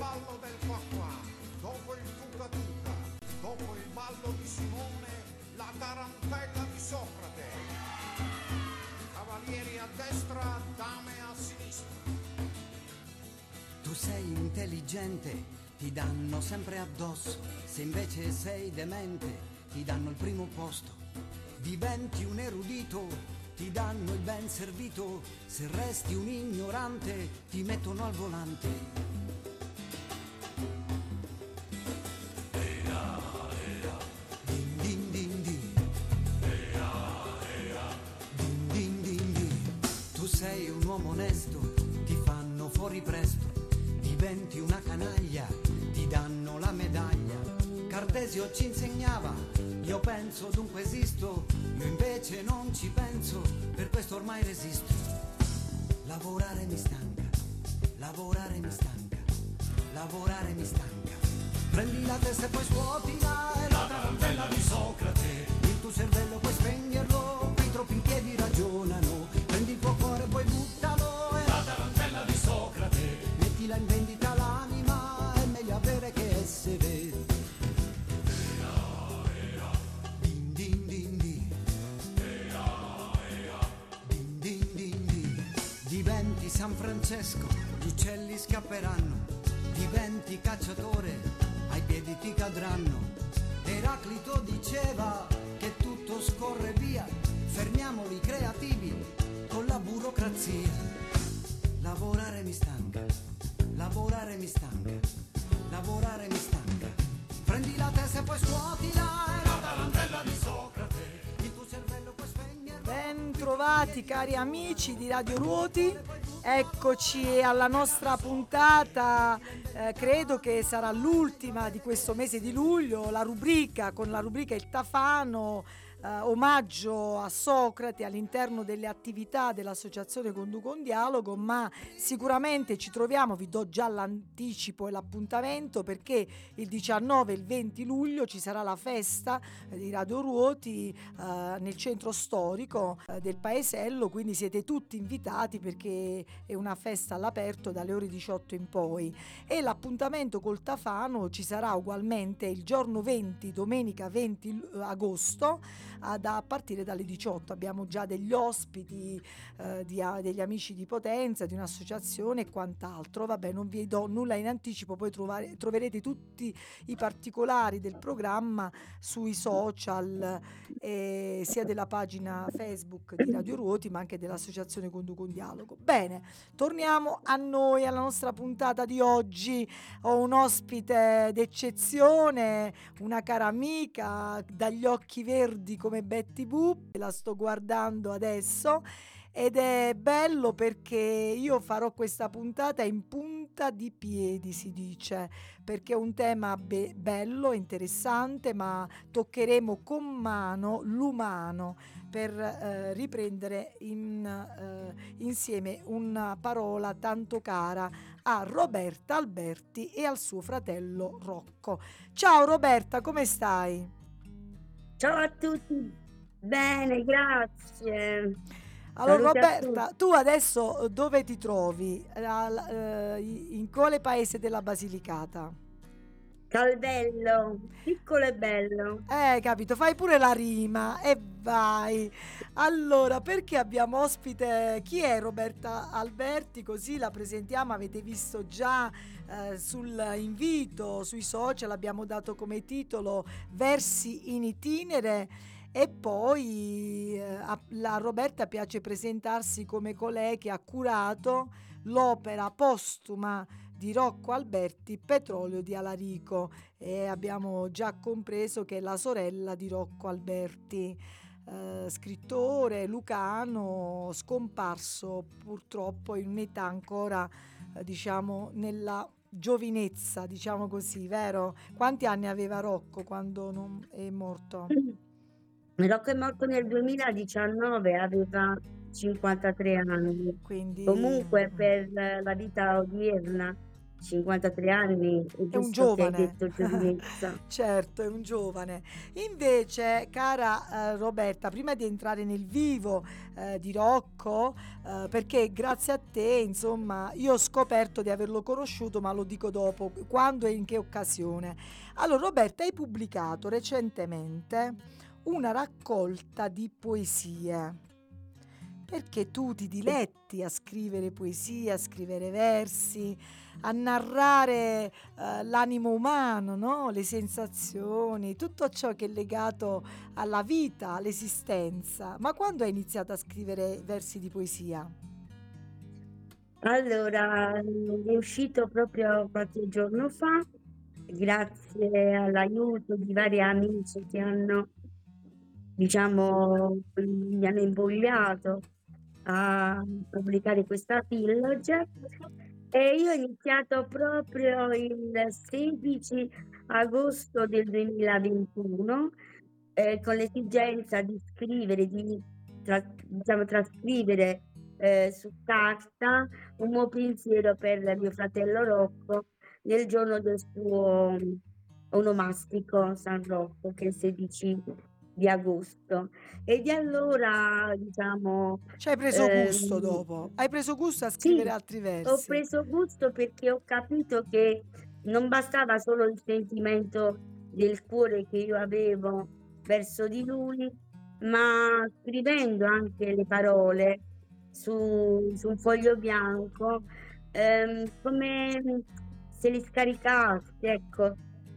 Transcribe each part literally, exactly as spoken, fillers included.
ballo del qua qua, dopo il tuca tuca, dopo il ballo di Simone, la tarantella di Socrate. Cavalieri a destra, dame a sinistra. Tu sei intelligente, ti danno sempre addosso. Se invece sei demente, ti danno il primo posto. Diventi un erudito, ti danno il ben servito. Se resti un ignorante, ti mettono al volante. Din din din din. Din din din din. Tu sei un uomo onesto, ti fanno fuori presto. Diventi una canaglia, ti danno la medaglia. Cartesio ci insegnava, io penso dunque esisto. Io invece non ci penso, per questo ormai resisto. Lavorare mi stanca, lavorare mi stanca, lavorare mi stanca. Prendi la testa e poi scuotila, è la tarantella di Socrate. Il tuo cervello puoi spegnerlo, qui troppi in piedi ragionano. Prendi il tuo cuore e poi buttalo, è la tarantella di Socrate. Mettila in vendita l'anima, è meglio avere che essere. Din din din din. Din din din din. Diventi San Francesco, gli uccelli scapperanno. Diventi cacciatore, ai piedi ti cadranno. Eraclito diceva che tutto scorre via, fermiamoli creativi con la burocrazia. Lavorare mi stanca, lavorare mi stanca, lavorare mi stanca. Prendi la testa e poi scuotila, è la tarantella di Socrate. Il tuo cervello puoi spegnerlo. Ben trovati cari amici di Radio Ruoti, eccoci alla nostra puntata, eh, credo che sarà l'ultima di questo mese di luglio, la rubrica con la rubrica Il Tafano, eh, omaggio a Socrate all'interno delle attività dell'associazione Conduco un Dialogo, ma sicuramente ci troviamo, vi do già l'anticipo e l'appuntamento, perché il diciannove e il venti luglio ci sarà la festa di Radio Ruoti eh, nel centro storico eh, del paesello, quindi siete tutti invitati perché è una festa all'aperto dalle ore diciotto in poi. E l'appuntamento col Tafano ci sarà ugualmente il giorno venti, domenica venti agosto, ad, a partire dalle diciotto. Abbiamo già degli ospiti, eh, di, degli amici di Potenza, di un'associazione e quant'altro. Vabbè, non vi do nulla in anticipo, poi trovare, troverete tutti i particolari del programma sui social, eh, sia della pagina Facebook di Radio Ruoti ma anche dell'associazione Conduco un Dialogo. Bene, torniamo a noi, alla nostra puntata di oggi. Ho un ospite d'eccezione, una cara amica dagli occhi verdi come Betty Boop, la sto guardando adesso ed è bello perché io farò questa puntata in punta di piedi, si dice, perché è un tema be- bello, interessante, ma toccheremo con mano l'umano per eh, riprendere in, eh, insieme una parola tanto cara a Roberta Alberti e al suo fratello Rocco. Ciao Roberta, come stai? Ciao a tutti, bene, grazie. Allora Saluti a Roberta, tu adesso dove ti trovi? Al- eh, in quale paese della Basilicata? Calvello, piccolo e bello. Eh, capito, fai pure la rima e vai. Allora, perché abbiamo ospite, chi è Roberta Alberti? Così la presentiamo, avete visto già eh, sull'invito, sui social, abbiamo dato come titolo Versi in itinere. E poi eh, a, la Roberta piace presentarsi come colei che ha curato l'opera postuma di Rocco Alberti, Petrolio di Alarico, e abbiamo già compreso che è la sorella di Rocco Alberti, eh, scrittore lucano scomparso purtroppo in un'età ancora eh, diciamo nella giovinezza, diciamo così, vero? Quanti anni aveva Rocco quando non è morto? Rocco è morto nel duemiladiciannove, aveva cinquantatré anni. Quindi Comunque mm, per la vita odierna cinquantatré anni, è È un giusto che hai giovane. detto giovinezza. Certo, è un giovane. Invece, cara eh, Roberta, prima di entrare nel vivo eh, di Rocco, eh, perché grazie a te, insomma, io ho scoperto di averlo conosciuto, ma lo dico dopo, quando e in che occasione. Allora, Roberta, hai pubblicato recentemente una raccolta di poesie. Perché tu ti Sì. diletti a scrivere poesie, a scrivere versi, a narrare eh, l'animo umano, no? Le sensazioni, tutto ciò che è legato alla vita, all'esistenza. Ma quando hai iniziato a scrivere versi di poesia? Allora, mm, è uscito proprio qualche giorno fa, grazie all'aiuto di vari amici che hanno, diciamo, mi hanno invogliato a pubblicare questa pillage. E io ho iniziato proprio il sedici agosto del duemilaventuno, eh, con l'esigenza di scrivere, di tra- diciamo, trascrivere eh, su carta un mio pensiero per mio fratello Rocco nel giorno del suo onomastico San Rocco, che è il sedici di agosto. E di allora, diciamo, Ci hai preso gusto ehm, dopo? Hai preso gusto a scrivere sì, altri ho versi? preso gusto perché ho capito che non bastava solo il sentimento del cuore che io avevo verso di lui, ma scrivendo anche le parole su, su un foglio bianco, ehm, come se li scaricassi, ecco.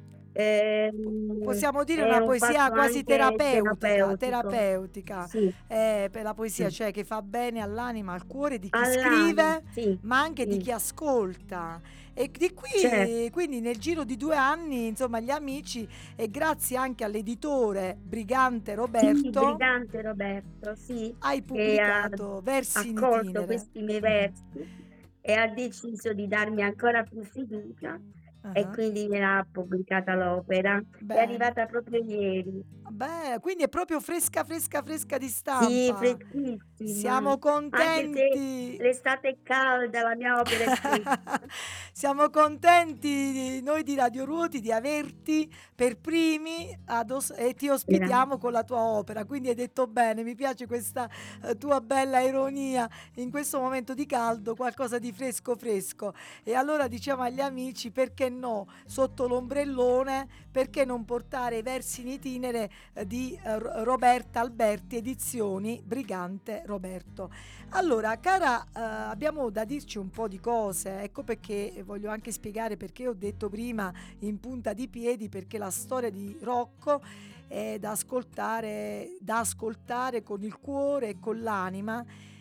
Ehm, Possiamo dire è una un poesia fatto quasi anche terapeutica, terapeutico. terapeutica, Sì, eh, per la poesia, sì. cioè che fa bene all'anima, al cuore di chi All'anima, scrive, sì, ma anche di sì, chi ascolta. E di certo. qui, quindi nel giro di due anni, insomma, gli amici, e grazie anche all'editore Brigante Sì, Roberto, Brigante Roberto, sì, hai che ha pubblicato Versi in accolto itinere. questi miei versi e ha deciso di darmi ancora più fiducia e Ah, quindi mi ha pubblicata l'opera. È bene. arrivata proprio ieri. Beh, quindi è proprio fresca, fresca, fresca di Sì, stampa. freschissima, Siamo anche se contenti. l'estate è calda, la mia opera è fresca. Siamo contenti di- noi di Radio Ruoti di averti per primi ad os- e ti Grazie. ospitiamo con la tua opera. Quindi hai detto bene, mi piace questa eh, tua bella ironia in questo momento di caldo, qualcosa di fresco fresco. E allora diciamo agli amici, perché no, sotto l'ombrellone, perché non portare i versi in itinere eh, di eh, Ro- Roberta Alberti, edizioni Brigante Roberto. Allora, cara, eh, abbiamo da dirci un po' di cose, ecco perché voglio anche spiegare perché ho detto prima in punta di piedi, perché la storia di Rocco è da ascoltare, da ascoltare con il cuore e con l'anima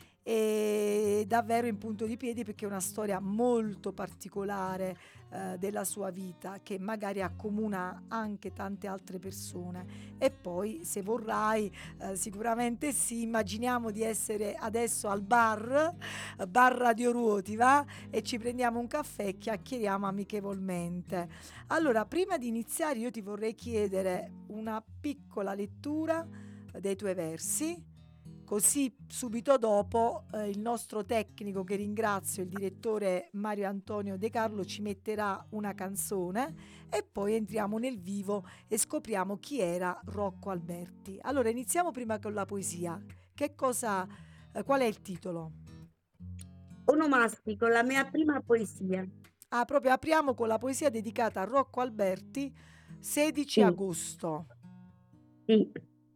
e davvero in punto di piedi perché è una storia molto particolare eh, della sua vita che magari accomuna anche tante altre persone. E poi se vorrai eh, sicuramente sì, immaginiamo di essere adesso al bar, eh, bar Radio Ruoti, va? E ci prendiamo un caffè e chiacchieriamo amichevolmente. Allora, prima di iniziare io ti vorrei chiedere una piccola lettura eh, dei tuoi versi. Così subito dopo eh, il nostro tecnico, che ringrazio, il direttore Mario Antonio De Carlo, ci metterà una canzone e poi entriamo nel vivo e scopriamo chi era Rocco Alberti. Allora iniziamo prima con la poesia. Che cosa, eh, qual è il titolo? Onomastico, la mia prima poesia. Ah, proprio apriamo con la poesia dedicata a Rocco Alberti, sedici Sì, agosto. sì.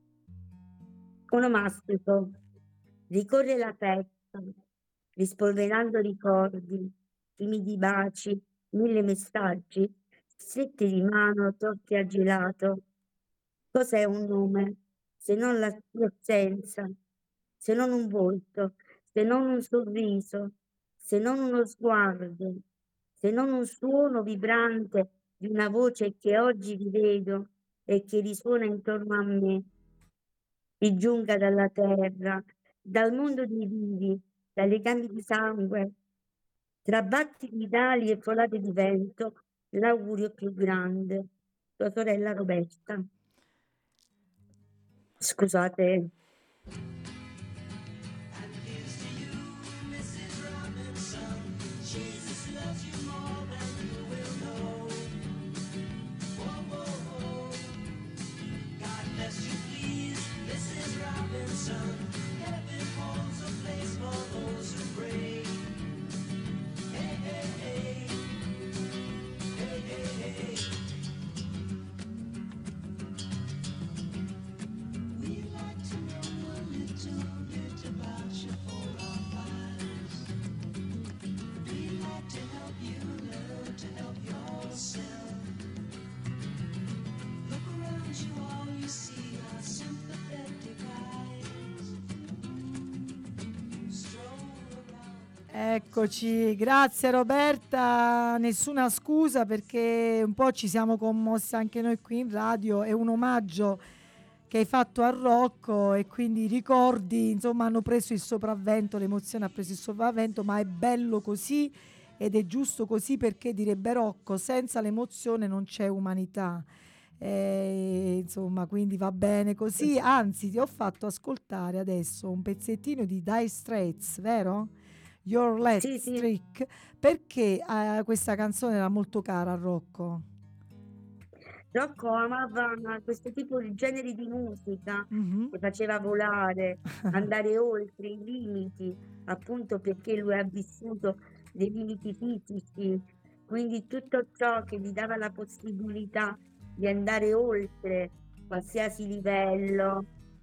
Onomastico. Ricorre la festa, rispolverando ricordi, timidi baci, mille messaggi, strette di mano, tocchi a gelato. Cos'è un nome se non la sua assenza, se non un volto, se non un sorriso, se non uno sguardo, se non un suono vibrante di una voce che oggi rivedo e che risuona intorno a me, che giunga dalla terra, dal mondo dei vivi, dai legami di sangue, tra battiti d'ali e folate di vento, l'augurio più grande, tua sorella Roberta. Scusate. Eccoci, grazie Roberta, nessuna scusa perché un po' ci siamo commossi anche noi qui in radio, è un omaggio che hai fatto a Rocco e quindi i ricordi insomma hanno preso il sopravvento, l'emozione ha preso il sopravvento, ma è bello così ed è giusto così perché direbbe Rocco, senza l'emozione non c'è umanità. E, insomma, quindi va bene così, anzi ti ho fatto ascoltare adesso un pezzettino di Dire Straits, vero? Your Last Sì, sì. Streak, perché eh, questa canzone era molto cara a Rocco. Rocco amava questo tipo di generi di musica Mhm. che faceva volare, andare oltre i limiti, appunto perché lui ha vissuto dei limiti fisici, quindi tutto ciò che gli dava la possibilità di andare oltre qualsiasi livello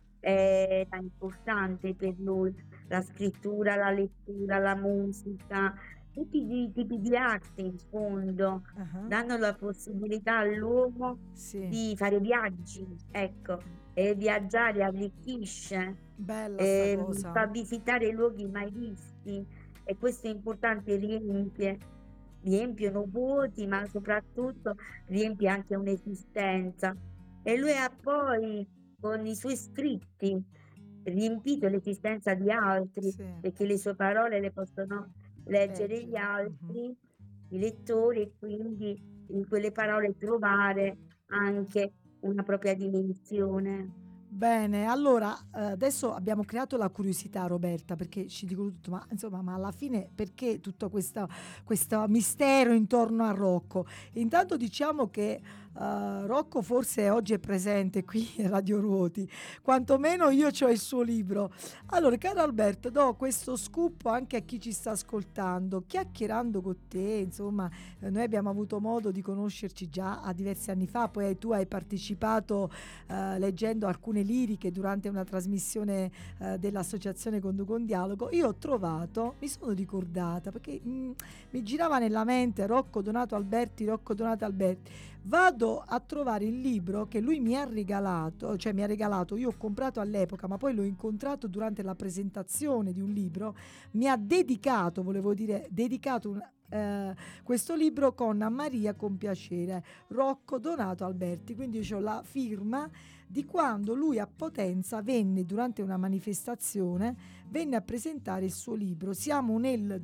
era importante per lui. La scrittura, la lettura, la musica, tutti i tipi di arte in fondo Ah, danno la possibilità all'uomo sì, di fare viaggi, ecco, e viaggiare arricchisce, bella sta ehm, cosa. fa visitare luoghi mai visti e questo è importante, riempie, riempiono vuoti, ma soprattutto riempie anche un'esistenza. E lui ha poi, con i suoi scritti, riempito l'esistenza di altri, Sì, perché le sue parole le possono leggere gli leggere. Mhm. altri, i lettori, e quindi in quelle parole trovare anche una propria dimensione. Bene, allora eh, adesso abbiamo creato la curiosità, Roberta, perché ci dicono tutto, ma insomma, ma alla fine perché tutto questa- questo mistero intorno a Rocco? Intanto diciamo che eh, Rocco forse oggi è presente qui a Radio Ruoti, quantomeno io ho il suo libro. Allora, caro Alberto, do questo scoop anche a chi ci sta ascoltando, chiacchierando con te, insomma, eh, noi abbiamo avuto modo di conoscerci già a diversi anni fa, poi tu hai partecipato eh, leggendo alcune liriche durante una trasmissione eh, dell'associazione Conduco un Dialogo. Io ho trovato, mi sono ricordata perché mh, mi girava nella mente Rocco Donato Alberti, Rocco Donato Alberti. Vado a trovare il libro che lui mi ha regalato, cioè mi ha regalato, io ho comprato all'epoca, ma poi l'ho incontrato durante la presentazione di un libro, mi ha dedicato, volevo dire, dedicato un, eh, questo libro con a Maria Compiacere, Rocco Donato Alberti, quindi io ho la firma di quando lui a Potenza venne durante una manifestazione, venne a presentare il suo libro. Siamo nel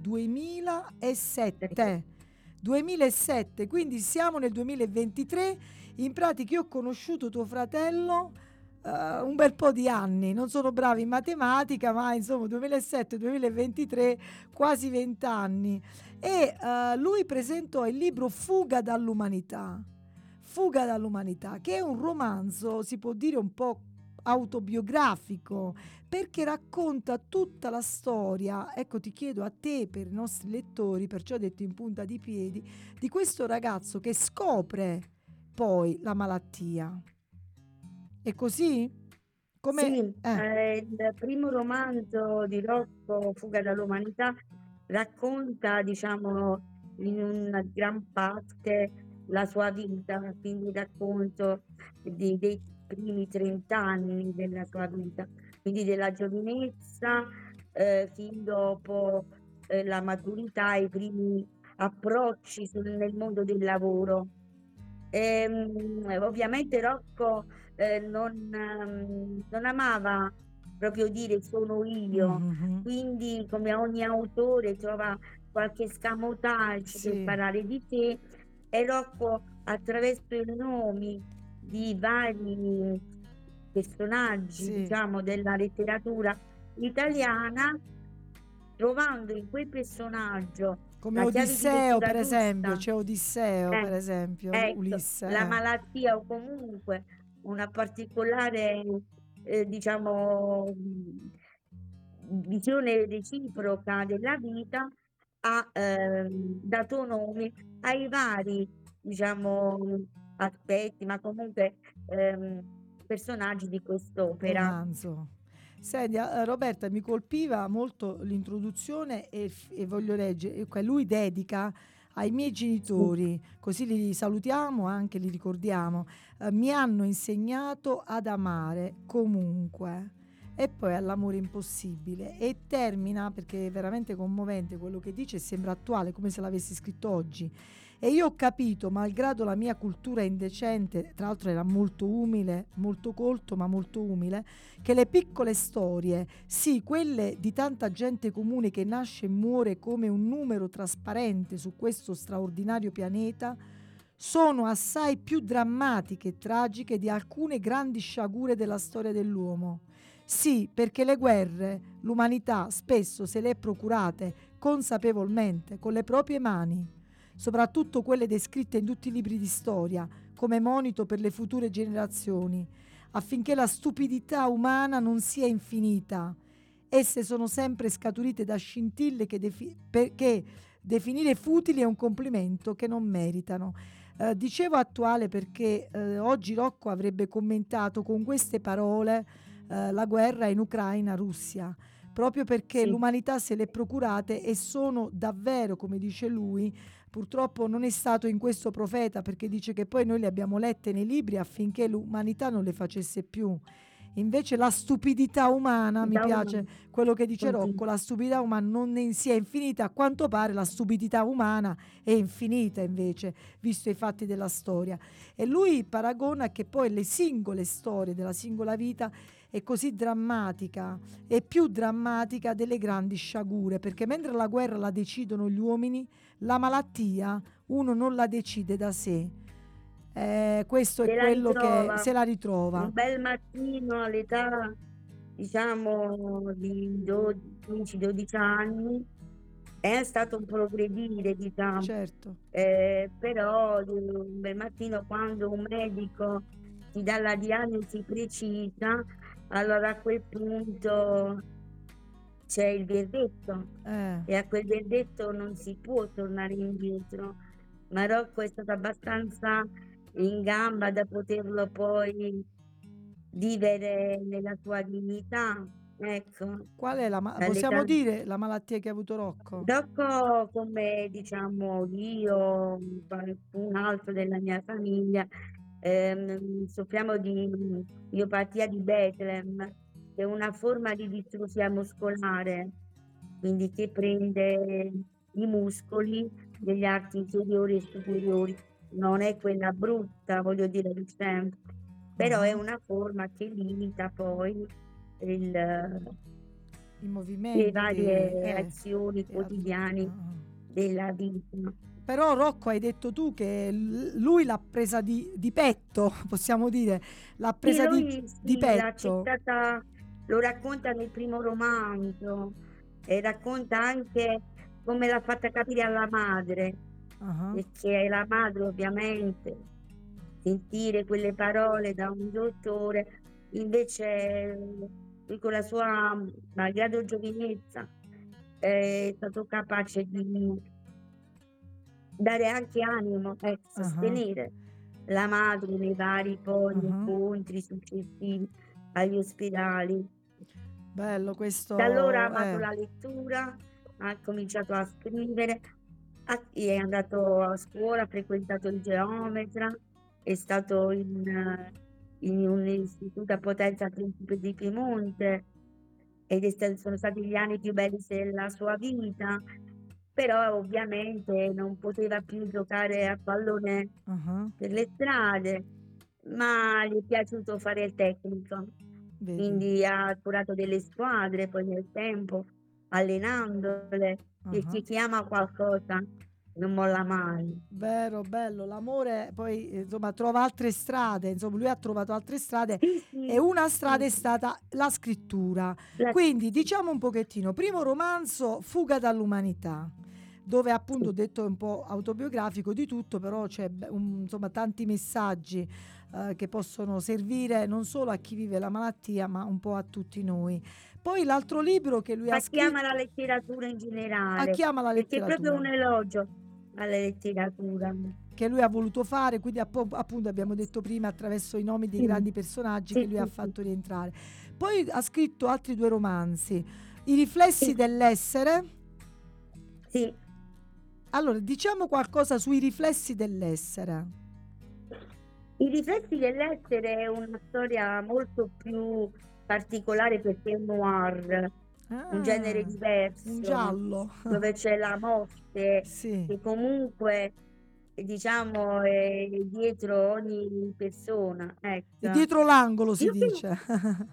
duemilasette. duemilasette, quindi siamo nel duemilaventitré. In pratica io ho conosciuto tuo fratello eh, un bel po' di anni, non sono brava in matematica, ma insomma duemilasette duemilaventitré, quasi vent'anni. E eh, lui presentò il libro Fuga dall'umanità. Fuga dall'umanità, che è un romanzo, si può dire un po' autobiografico, perché racconta tutta la storia, ecco ti chiedo a te per i nostri lettori, perciò ho detto in punta di piedi, di questo ragazzo che scopre poi la malattia. È così? Sì, Come... Eh, eh, il primo romanzo di Rocco, Fuga dall'umanità, racconta, diciamo, in una gran parte la sua vita, quindi il racconto di- dei primi trent'anni della sua vita, quindi della giovinezza, eh, fin dopo, eh, la maturità, i primi approcci sul- nel mondo del lavoro. Ehm, ovviamente Rocco eh, non, ehm, non amava proprio dire sono io, mhm, quindi come ogni autore trova qualche scamotage per sì, parlare di sé, e Rocco attraverso i nomi di vari personaggi, sì. diciamo, della letteratura italiana, trovando in quel personaggio Come la chiave di Odisseo, lettura per esempio, giusta. c'è Odisseo, Eh, per esempio, ecco, Ulisse. la Eh. malattia o comunque una particolare, eh, diciamo, mh, visione reciproca della vita ha ehm, dato nome ai vari, diciamo, aspetti, ma comunque ehm, personaggi di quest'opera. Romanzo. Senti, eh, Roberta, mi colpiva molto l'introduzione e, f- e voglio leggere, que- lui dedica ai miei Sì. genitori, così li salutiamo, anche li ricordiamo, eh, mi hanno insegnato ad amare comunque. e poi all'amore impossibile, e termina, perché è veramente commovente quello che dice e sembra attuale, come se l'avessi scritto oggi. E io ho capito, malgrado la mia cultura indecente, tra l'altro era molto umile, molto colto ma molto umile, che le piccole storie, sì, quelle di tanta gente comune che nasce e muore come un numero trasparente su questo straordinario pianeta, sono assai più drammatiche e tragiche di alcune grandi sciagure della storia dell'uomo. Sì, perché le guerre l'umanità spesso se le è procurate consapevolmente con le proprie mani, soprattutto quelle descritte in tutti i libri di storia come monito per le future generazioni, affinché la stupidità umana non sia infinita. Esse sono sempre scaturite da scintille che, defi- perché definire futili è un complimento che non meritano. Eh, dicevo attuale perché eh, oggi Rocco avrebbe commentato con queste parole eh, la guerra in Ucraina-Russia, proprio perché Sì. l'umanità se le è procurate e sono davvero, come dice lui, purtroppo non è stato in questo profeta, perché dice che poi noi le abbiamo lette nei libri affinché l'umanità non le facesse più. Invece la stupidità umana, mi Da piace un- quello che dice Continua. Rocco, la stupidità umana non ne sia infinita, a quanto pare la stupidità umana è infinita invece, visto i fatti della storia. E lui paragona che poi le singole storie della singola vita è così drammatica, è più drammatica delle grandi sciagure, perché mentre la guerra la decidono gli uomini, la malattia uno non la decide da sé. Eh, questo è Se la quello che ritrova se la un ritrova. bel mattino all'età, diciamo, di dodici dodici anni, è stato un progredire, diciamo. Certo. Eh, però eh, un bel mattino, quando un medico ti dà la diagnosi precisa, allora a quel punto c'è il verdetto Eh. e a quel verdetto non si può tornare indietro. Ma Rocco è stato abbastanza in gamba da poterlo poi vivere nella sua dignità, ecco. Qual è la ma- All'età possiamo dire la malattia che ha avuto Rocco? Rocco, come diciamo io, qualcun altro della mia famiglia, ehm, soffriamo di miopatia di Bethlehem, che è una forma di distrofia muscolare, quindi che prende i muscoli degli arti inferiori e superiori. Non è quella brutta, voglio dire, di sempre, però è Ah, una forma che limita poi il, i le movimenti. varie eh, azioni e a tutti. quotidiane Ah, ah. della vita. Però Rocco hai detto tu che l- lui l'ha presa di, di petto, possiamo dire, l'ha Sì, presa di, lui di sì, l'ha petto. accettata, lo racconta nel primo romanzo e racconta anche come l'ha fatta capire alla madre, Ah, perché la madre ovviamente sentire quelle parole da un dottore, invece lui con la sua, malgrado giovinezza, è stato capace di dare anche animo, eh, ah, sostenere la madre nei vari poi ah. incontri successivi agli ospedali. Bello Da allora ha questo. amato Eh. la lettura, ha cominciato a scrivere, ha- è andato a scuola, ha frequentato il geometra, è stato in, eh, in un istituto a Potenza Principe di Piemonte ed è sta- sono stati gli anni più belli della sua vita, però ovviamente non poteva più giocare a pallone Ah, per le strade, ma gli è piaciuto fare il tecnico, vedi. quindi ha curato delle squadre poi nel tempo, allenandole, Ah. perché chi ama qualcosa non molla mai. Vero, bello, l'amore poi eh, insomma trova altre strade, insomma lui ha trovato altre strade Sì, e sì, una strada sì, è stata la scrittura. la- Quindi diciamo un pochettino, primo romanzo, Fuga dall'umanità, dove appunto ho sì. detto è un po' autobiografico di tutto, però c'è beh, un- insomma tanti messaggi eh, che possono servire non solo a chi vive la malattia, ma un po' a tutti noi. Poi l'altro libro che lui ha Ma chi ama la scritto, letteratura in a generale, chi ama la perché è proprio letteratura, un elogio alla letteratura. che lui ha voluto fare, quindi appo- appunto abbiamo detto prima attraverso i nomi dei Sì, grandi personaggi che sì, lui ha sì, sì, fatto rientrare. Poi ha scritto altri due romanzi, I riflessi sì, dell'essere. sì. Allora, diciamo qualcosa sui riflessi dell'essere. I riflessi dell'essere è una storia molto più particolare perché è un noir, un genere Ah, un diverso, giallo. dove c'è la morte Sì. che comunque, diciamo, è dietro ogni persona, E ecco. dietro l'angolo si Io che... dice.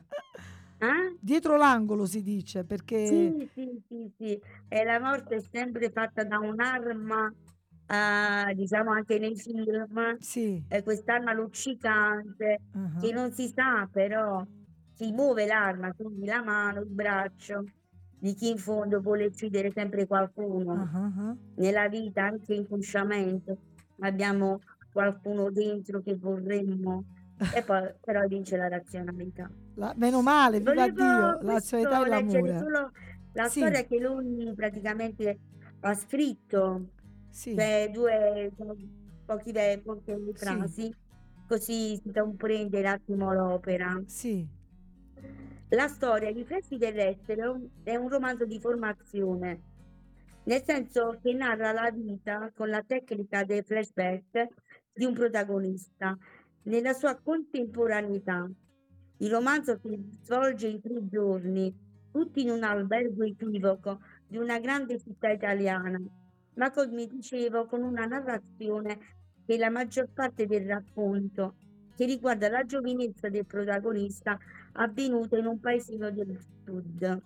Eh? Dietro l'angolo si dice perché Sì, sì, sì, sì. E la morte è sempre fatta da un'arma, eh, diciamo anche nei film, sì. eh, quest'arma luccicante che Ah-ah. non si sa, però si muove l'arma, quindi la mano, il braccio di chi in fondo vuole uccidere sempre qualcuno. Ah-ah. Nella vita, anche inconsciamente, abbiamo qualcuno dentro che vorremmo, e poi però vince la razionalità. La meno male, viva Dio, Volevo la razionalità questo e leggere l'amore. solo la Sì, storia che lui praticamente ha scritto, sì, cioè due, sono pochi ve- poche sì, frasi, così si comprende un attimo l'opera. sì. La storia, I riflessi dell'essere, è un è un romanzo di formazione, nel senso che narra la vita con la tecnica dei flashback di un protagonista, nella sua contemporaneità. Il romanzo si svolge in tre giorni, tutti in un albergo equivoco di una grande città italiana, ma come dicevo, con una narrazione che è la maggior parte del racconto, che riguarda la giovinezza del protagonista avvenuta in un paesino del sud.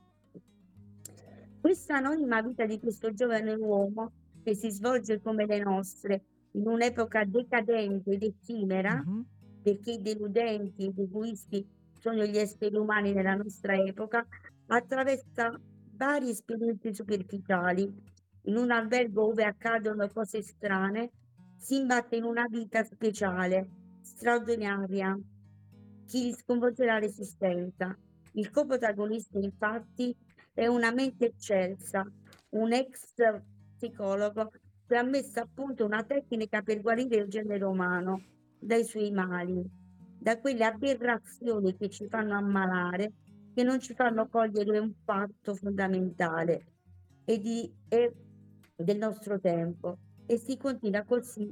Questa anonima vita di questo giovane uomo, che si svolge come le nostre, in un'epoca decadente ed effimera, Mh-mh. perché i deludenti ed egoisti sono gli esseri umani nella nostra epoca, attraversa varie esperienze superficiali. In un albergo dove accadono cose strane, si imbatte in una vita speciale, straordinaria, che gli sconvolgerà l'esistenza. Il coprotagonista, infatti, è una mente eccelsa, un ex psicologo che ha messo a punto una tecnica per guarire il genere umano dai suoi mali, da quelle aberrazioni che ci fanno ammalare, che non ci fanno cogliere un fatto fondamentale e di, e del nostro tempo. E si continua così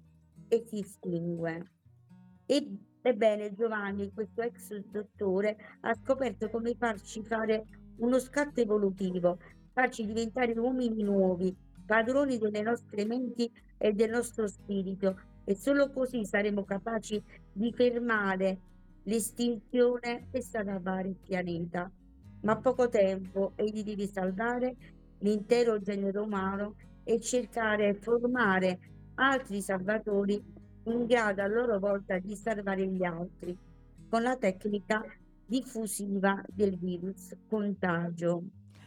e si estingue. E, ebbene, Giovanni, questo ex dottore, ha scoperto come farci fare uno scatto evolutivo, farci diventare uomini nuovi, padroni delle nostre menti e del nostro spirito, e solo così saremo capaci di fermare l'estinzione e salvare il pianeta. Ma poco tempo e di devi salvare l'intero genere umano e cercare e formare altri salvatori in grado a loro volta di salvare gli altri con la tecnica diffusiva del virus contagio.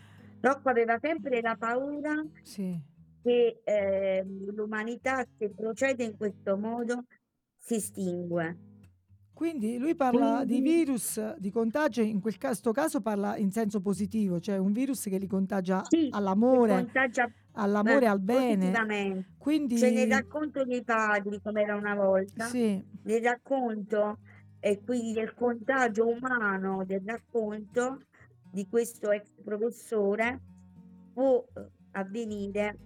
Rocco aveva sempre la paura Sì. che eh, l'umanità, se procede in questo modo, si estingue. Quindi lui parla di Quindi virus, di contagio, in quel ca sto caso parla in senso positivo, cioè un virus che li contagia sì, che all'amore, contagia all'amore eh, e al bene. positivamente. C'è nel Quindi racconto dei padri, come era una volta, sì. nel racconto e quindi del contagio umano del racconto di questo ex professore può eh, avvenire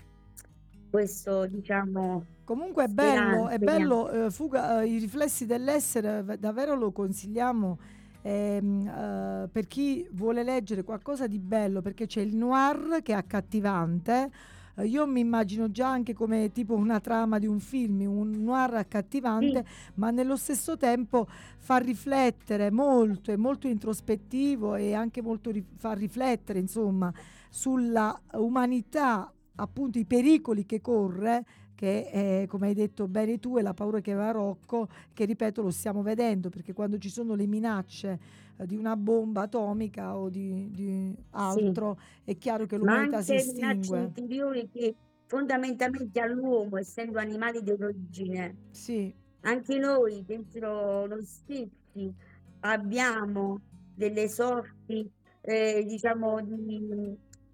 questo, diciamo, Comunque è bello, speranza, è speriamo. bello, ehm, Fuga, ehm, I riflessi dell'essere v davvero lo consigliamo, ehm, uhm, per chi vuole leggere qualcosa di bello, perché c'è il noir che è accattivante. Uhm, io mi immagino già anche come tipo una trama di un film, un noir Sì, accattivante, ma nello stesso tempo fa riflettere molto, è molto introspettivo e anche molto ri fa riflettere insomma sulla umanità, appunto i pericoli che corre, che è, come hai detto bene tu, è la paura che aveva Rocco, che ripeto lo stiamo vedendo, perché quando ci sono le minacce eh, di una bomba atomica o di, di sì, altro, è chiaro che ma l'umanità si anche minacce estingue. interiori che fondamentalmente all'uomo, essendo animali d'origine, Sì, anche noi dentro noi stessi abbiamo delle sorti, eh, diciamo, di,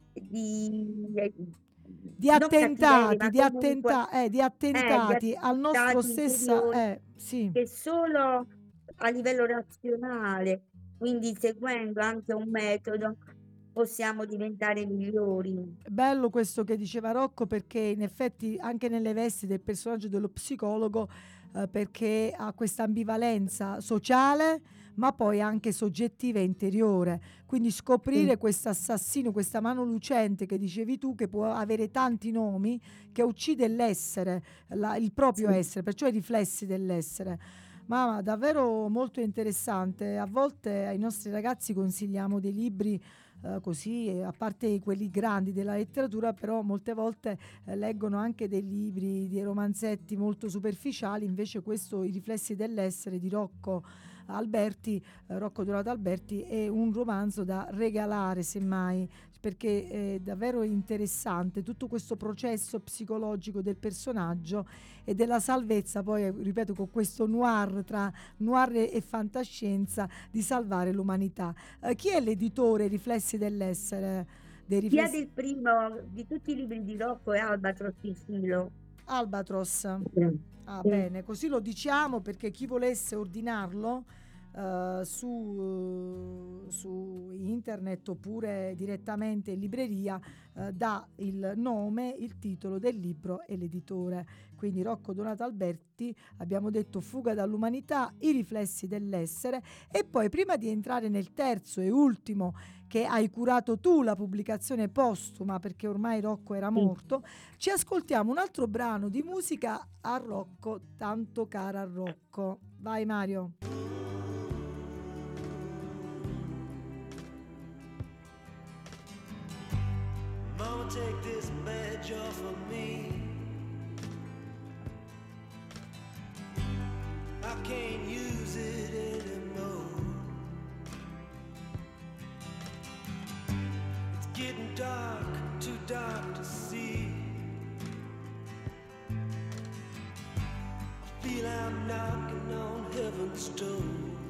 di eh, di non cattiverie, attentati, ma di, comunque attenta- eh, di eh, di attentati al nostro attentati stessa... interiori Eh, sì, che solo a livello razionale, quindi seguendo anche un metodo, possiamo diventare migliori. Bello questo che diceva Rocco, perché in effetti anche nelle vesti del personaggio dello psicologo, eh, perché ha questa ambivalenza sociale ma poi anche soggettiva e interiore, quindi Sì, scoprire questo assassino, questa mano lucente che dicevi tu, che può avere tanti nomi, che uccide l'essere, la- il proprio sì. essere, perciò i riflessi dell'essere. Ma davvero molto interessante. A volte ai nostri ragazzi consigliamo dei libri, eh, così, eh, a parte quelli grandi della letteratura, però molte volte eh, leggono anche dei libri, dei romanzetti molto superficiali, invece questo I riflessi dell'essere di Rocco Alberti, eh, Rocco Donato Alberti, è un romanzo da regalare semmai, perché è davvero interessante tutto questo processo psicologico del personaggio e della salvezza, poi eh, ripeto, con questo noir tra noir e e fantascienza, di salvare l'umanità. Eh, chi è l'editore Riflessi dell'essere? Dei Sia riflessi del primo, di tutti i libri di Rocco e Albatros il filo. Albatros. Sì. Ah, Sì. bene, così lo diciamo perché chi volesse ordinarlo eh, su, su internet oppure direttamente in libreria eh, dà il nome, il titolo del libro e l'editore. Quindi Rocco Donato Alberti, abbiamo detto Fuga dall'umanità, I riflessi dell'essere, e poi prima di entrare nel terzo e ultimo, che hai curato tu, la pubblicazione postuma perché ormai Rocco era Sì. morto, ci ascoltiamo un altro brano di musica a Rocco, tanto cara a Rocco. Vai Mario. Mama, take this badge off of me. I can't use it anymore. It's getting dark, too dark to see. I feel I'm knocking on heaven's door.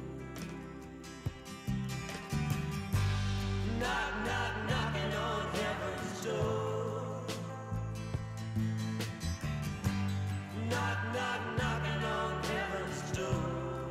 Knock, knock, knocking on heaven's door. Knock, knock, knocking on heaven's door.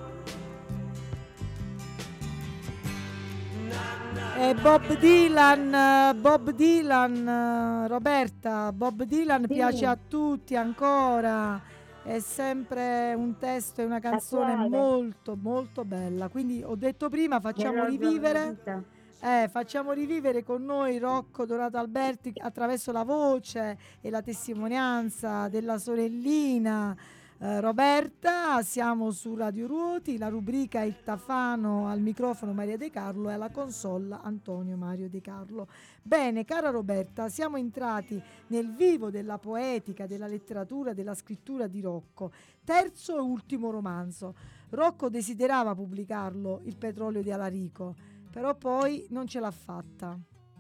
Knock, knock, E Bob Dylan, eh, Bob Dylan, eh, Roberta, Bob Dylan Sì, piace a tutti ancora, è sempre un testo e una canzone attuale, molto molto bella, quindi ho detto prima facciamo nell'ordine della rivivere, vita. eh, facciamo rivivere con noi Rocco Donato Alberti attraverso la voce e la testimonianza della sorellina eh, Roberta. Siamo su Radio Ruoti, la rubrica Il Tafano, al microfono Maria De Carlo e alla console Antonio Mario De Carlo. Bene, cara Roberta, siamo entrati nel vivo della poetica, della letteratura, della scrittura di Rocco. Terzo e ultimo romanzo. Rocco desiderava pubblicarlo, Il petrolio di Alarico, però poi non ce l'ha fatta.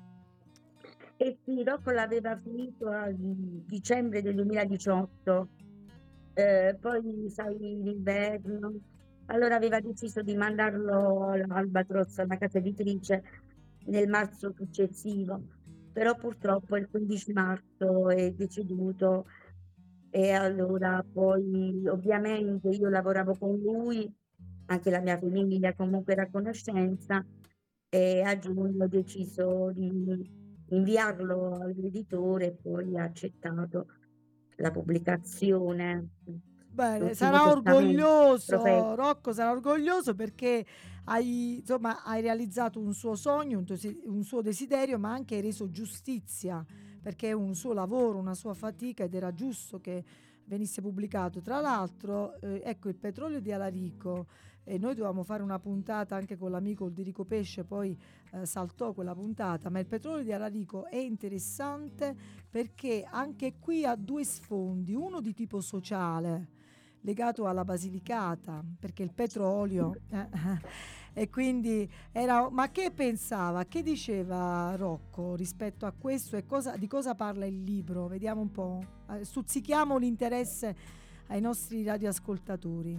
E sì, Rocco l'aveva finito a dicembre del duemiladiciotto, eh, poi sai l'inverno, allora aveva deciso di mandarlo all'Albatros, alla casa editrice, nel marzo successivo, però purtroppo il quindici marzo è deceduto e allora poi ovviamente io lavoravo con lui, anche la mia famiglia comunque era a conoscenza, e a giugno ho deciso di inviarlo all'editore e poi ha accettato la pubblicazione. Bene, L'ultimo sarà testamento orgoglioso, profetico. Rocco sarà orgoglioso perché hai, insomma, hai realizzato un suo sogno, un, tosi- un suo desiderio, ma anche hai reso giustizia, perché è un suo lavoro, una sua fatica ed era giusto che venisse pubblicato. Tra l'altro, eh, ecco, Il petrolio di Alarico, e noi dovevamo fare una puntata anche con l'amico Olderico Pesce, poi eh, saltò quella puntata, ma Il petrolio di Alarico è interessante perché anche qui ha due sfondi, uno di tipo sociale legato alla Basilicata, perché il petrolio eh, e quindi era, ma che pensava, che diceva Rocco rispetto a questo e cosa, di cosa parla il libro? Vediamo un po', eh, stuzzichiamo l'interesse ai nostri radioascoltatori.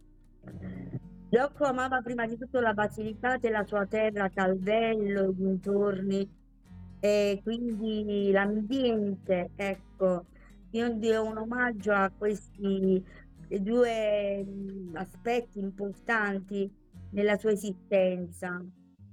Rocco amava prima di tutto la Basilicata e la sua terra, Calvello, i dintorni, e quindi l'ambiente, ecco. Io do un omaggio a questi due mm, aspetti importanti nella sua esistenza.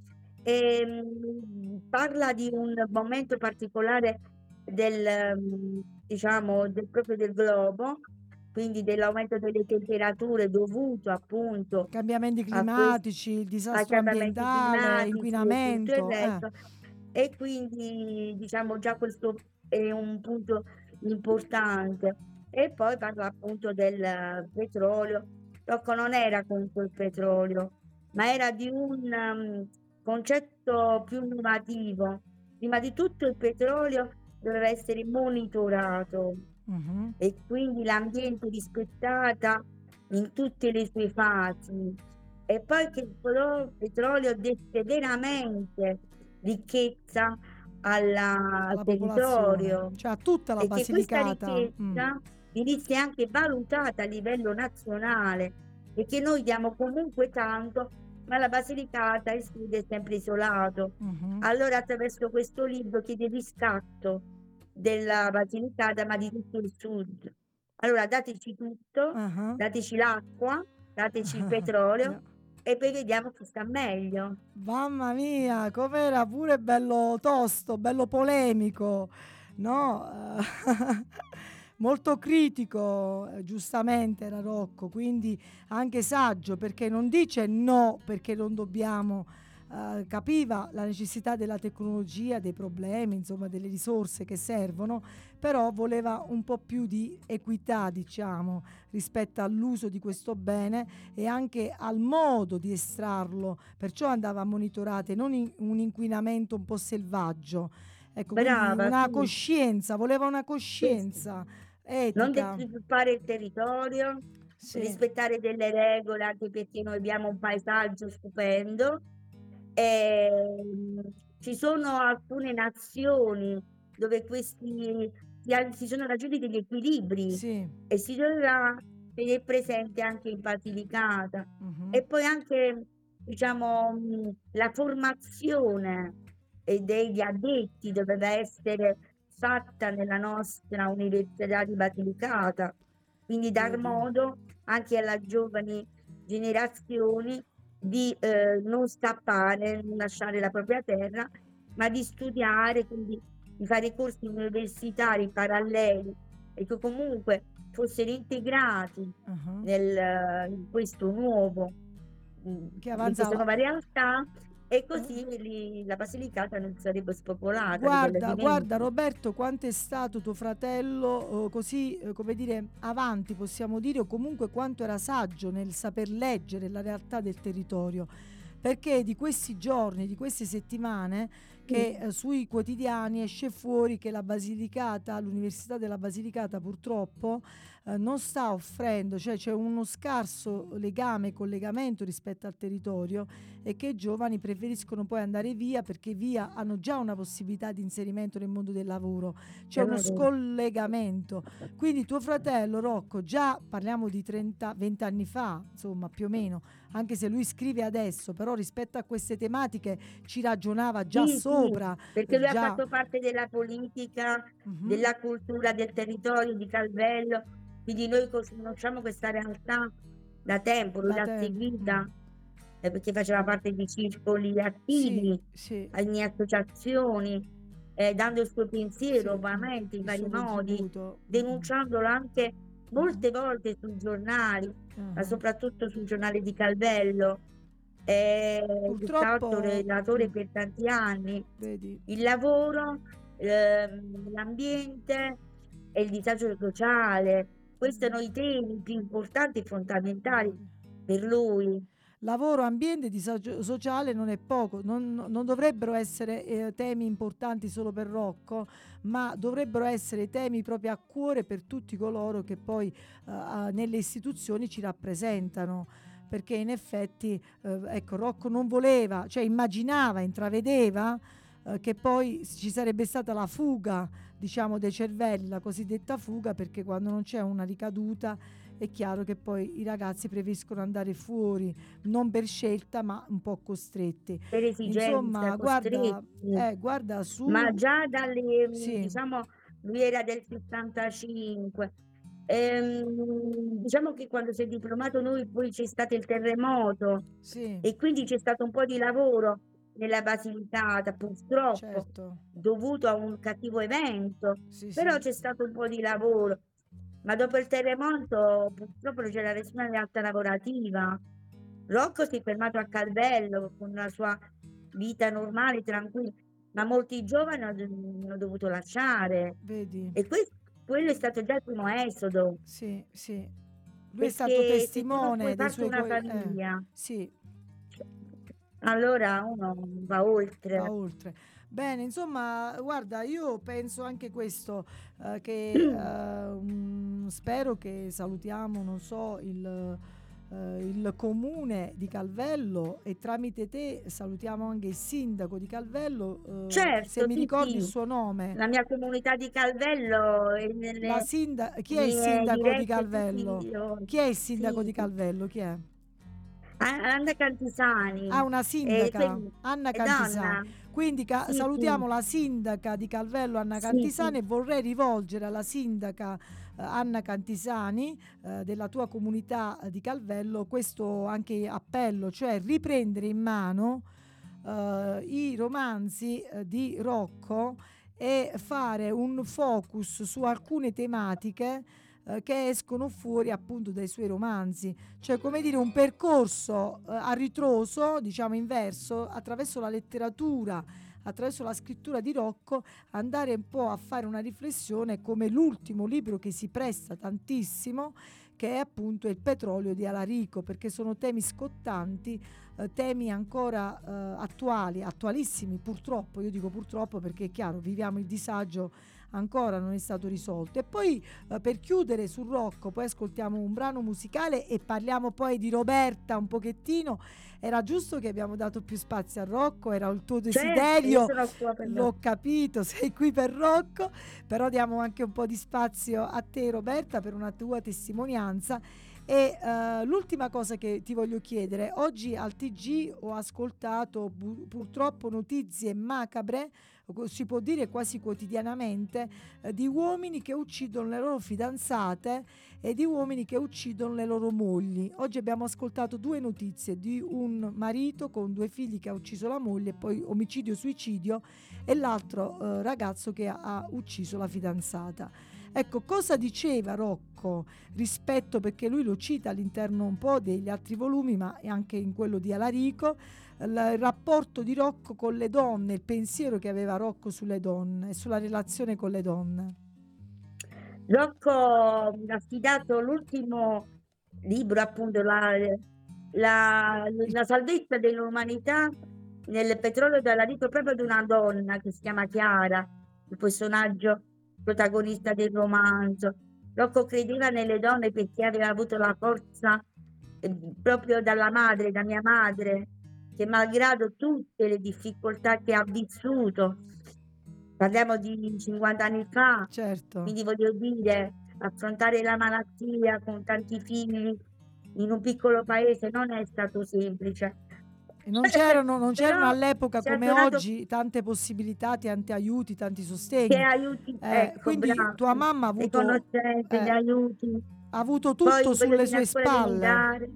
Ehm, parla di un momento particolare del, mhmm, diciamo, del proprio del globo, quindi dell'aumento delle temperature dovuto appunto Cambiamenti a ques climatici, il ai disastro cambiamenti ambientale, climatici e tutto il inquinamento, eh. resto, e quindi diciamo già questo è un punto importante. E poi parla appunto del petrolio. Rocco non era contro il petrolio, ma era di un, mhmm, concetto più innovativo. Prima di tutto il petrolio doveva essere monitorato Mh-mh. e quindi l'ambiente rispettata in tutte le sue fasi. E poi che il polo petrolio desse veramente ricchezza alla al Alla popolazione, territorio cioè a tutta la e che questa Basilicata. Mh. ricchezza venisse anche valutata a livello nazionale, perché noi diamo comunque tanto, ma la Basilicata, il sud è sempre isolato. Mh-mh. Allora attraverso questo libro chiede il riscatto della Basilicata, ma di tutto il sud. Allora dateci tutto, Ah-ah. dateci l'acqua, dateci il petrolio Già. e poi vediamo chi sta meglio. Mamma mia, com'era pure bello tosto, bello polemico, no, ehm, molto critico, ehm, giustamente era Rocco, quindi anche saggio, perché non dice no perché non dobbiamo, ehm, capiva la necessità della tecnologia, dei problemi, insomma delle risorse che servono, però voleva un po' più di equità, diciamo, rispetto all'uso di questo bene e anche al modo di estrarlo, perciò andava monitorato e non in un inquinamento un po' selvaggio. Ecco, quindi Brava, una sì, coscienza, voleva una questo. coscienza Non etica. deturpare il territorio, Sì, rispettare delle regole, anche perché noi abbiamo un paesaggio stupendo. Ehm, Ci sono alcune nazioni dove questi si a si sono raggiunti degli equilibri sì. e si dovrà tener presente anche in Basilicata. Mh-mh. E poi anche, diciamo, mhmm, la formazione, ehm, degli addetti doveva essere fatta nella nostra Università di Basilicata, quindi dar Vedi. modo anche alla giovani generazioni di, ehm, non scappare, non lasciare la propria terra, ma di studiare, quindi di fare corsi universitari paralleli e che comunque fossero integrati Ah-ah. nel in questo nuovo, mhmm, Che in questa avanzava. nuova realtà, e Eh. così lì la Basilicata non sarebbe spopolata a livello Guarda, di guarda menti. Roberto quanto è stato tuo fratello, uhm, così, uhm, come dire, avanti possiamo dire, o comunque quanto era saggio nel saper leggere la realtà del territorio, perché di questi giorni, di queste settimane Sì, che, ehm, sui quotidiani esce fuori che la Basilicata l'Università della Basilicata purtroppo, ehm, non sta offrendo, cioè c'è uno scarso legame, collegamento rispetto al territorio e che i giovani preferiscono poi andare via perché via hanno già una possibilità di inserimento nel mondo del lavoro, c'è è uno vero. scollegamento. Quindi tuo fratello Rocco, già parliamo di trenta, venti anni fa, insomma più o meno, anche se lui scrive adesso, però rispetto a queste tematiche ci ragionava già Sì, sì, sopra, perché eh, lui ha già. fatto parte della politica, Mhm. della cultura del territorio di Calvello, quindi noi cos conosciamo questa realtà da tempo, lui Da l'ha tempo. Mm. seguita, ehm, perché faceva parte di circoli Sì, attivi, sì, in associazioni, ehm, dando il suo pensiero sì, mm, ovviamente in il vari suo modi, contributo. Mm, mm, denunciandolo anche mm, molte volte sui giornali, ma mhm. soprattutto sul giornale di Calvello. Ehm, è stato Purtroppo, relatore mm, per tanti anni. vedi. Il lavoro, ehm, l'ambiente e il disagio sociale, questi Mm, sono i temi più importanti e fondamentali vedi. per lui. Lavoro, ambiente e disagio sociale non è poco, non, non dovrebbero essere eh, temi importanti solo per Rocco, ma dovrebbero essere temi proprio a cuore per tutti coloro che poi eh, ah, nelle istituzioni ci rappresentano. Perché in effetti, eh, ecco, Rocco non voleva, cioè immaginava, intravedeva eh, che poi ci sarebbe stata la fuga, diciamo, dei cervelli, la cosiddetta fuga, perché quando non c'è una ricaduta è chiaro che poi i ragazzi preferiscono andare fuori, non per scelta, ma un po' costretti. Per esigenza, Insomma, guarda, costretti, eh, guarda ma su. già dalle mhmm, Sì, diciamo lui era del sessantacinque. Ehm, diciamo che quando si è diplomato noi poi c'è stato il terremoto sì, e quindi c'è stato un po' di lavoro nella Basilicata, purtroppo, certo. dovuto a un cattivo evento, Sì, però sì. c'è stato un po' di lavoro. Ma dopo il terremoto purtroppo non c'era nessuna realtà lavorativa. Rocco si è fermato a Calvello con la sua vita normale, tranquilla, ma molti giovani hanno hanno dovuto lasciare. Vedi? E que- quello è stato già il primo esodo, Sì, sì. Lui è stato perché se tu non testimone puoi dei farti suoi una co eh, famiglia, sì. cioè, allora uno va Va oltre. oltre. Bene, insomma, guarda, io penso anche questo, eh, che eh, mm, spero che salutiamo, non so, il, eh, il comune di Calvello e tramite te salutiamo anche il sindaco di Calvello, eh, se Certo, mi sì, ricordi il sì, suo nome. la mia comunità di Calvello è La nelle sinda- chi è il mie sindaco di dirette tutti i Calvello? giorni. Chi è il sindaco Sì, di Calvello? Chi è? A- Anna Ah, Cantisani, una e sindaca, quindi Anna è Cantisani. donna. Quindi ca- Sì, sì, salutiamo la sindaca di Calvello, Anna sì, Cantisani, sì. e vorrei rivolgere alla sindaca eh, Anna Cantisani eh, della tua comunità eh, di Calvello questo anche appello, cioè riprendere in mano eh, i romanzi eh, di Rocco e fare un focus su alcune tematiche eh, che escono fuori appunto dai suoi romanzi, cioè come dire un percorso eh, a ritroso, diciamo inverso, attraverso la letteratura, attraverso la scrittura di Rocco, andare un po' a fare una riflessione come l'ultimo libro che si presta tantissimo, che è appunto Il petrolio di Alarico, perché sono temi scottanti, eh, temi ancora eh, attuali, attualissimi purtroppo, io dico purtroppo perché è chiaro, viviamo il disagio ancora non è stato risolto. E poi eh, per chiudere sul Rocco, poi ascoltiamo un brano musicale e parliamo poi di Roberta un pochettino. Era giusto che abbiamo dato più spazio a Rocco, era il tuo Certo, io desiderio, sono qua per me. l'ho capito, sei qui per Rocco, però diamo anche un po' di spazio a te Roberta per una tua testimonianza. E eh, l'ultima cosa che ti voglio chiedere, oggi al T G ho ascoltato bu- purtroppo notizie macabre, si può dire quasi quotidianamente, eh, di uomini che uccidono le loro fidanzate e di uomini che uccidono le loro mogli. Oggi abbiamo ascoltato due notizie di un marito con due figli che ha ucciso la moglie, poi omicidio-suicidio, e l'altro eh, ragazzo che ha, ha ucciso la fidanzata. Ecco, cosa diceva Rocco rispetto, perché lui lo cita all'interno un po' degli altri volumi, ma anche in quello di Alarico, il rapporto di Rocco con le donne, il pensiero che aveva Rocco sulle donne e sulla relazione con le donne. Rocco mi ha affidato l'ultimo libro, appunto, la, la- Il- la salvezza dell'umanità nel petrolio dall'adico, proprio ad una donna che si chiama Chiara, il personaggio protagonista del romanzo. Rocco credeva nelle donne perché aveva avuto la forza eh, proprio dalla madre, da mia madre, che malgrado tutte le difficoltà che ha vissuto, parliamo di cinquanta anni fa, certo. quindi voglio dire, affrontare la malattia con tanti figli in un piccolo paese non è stato semplice. E non c'erano, non c'erano Però all'epoca si è come donato oggi tante possibilità, tanti aiuti, tanti che sostegni. aiuti, Eh, ecco, quindi tua bravo, mamma ha le avuto, conoscenze, gli eh, aiuti. ha avuto tutto Poi voglio sulle dire, a sue scuola spalle. elementare,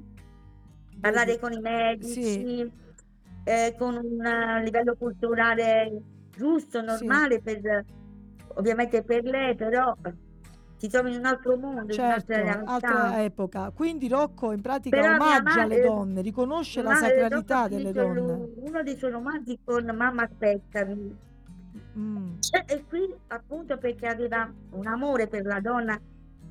Vedi? parlare con i Sì, medici, eh, con un eh, livello culturale giusto, sì. normale, per, ovviamente per lei, però si trova in un altro mondo, in un'altra Certo, realtà. altra epoca. Quindi Rocco in pratica Però mia omaggia le madre, donne, riconosce la ma, eh, dopo ha sacralità delle finito il- donne. uno dei suoi romanzi con Mamma aspettami. Mm, E qui appunto perché aveva un amore per la donna,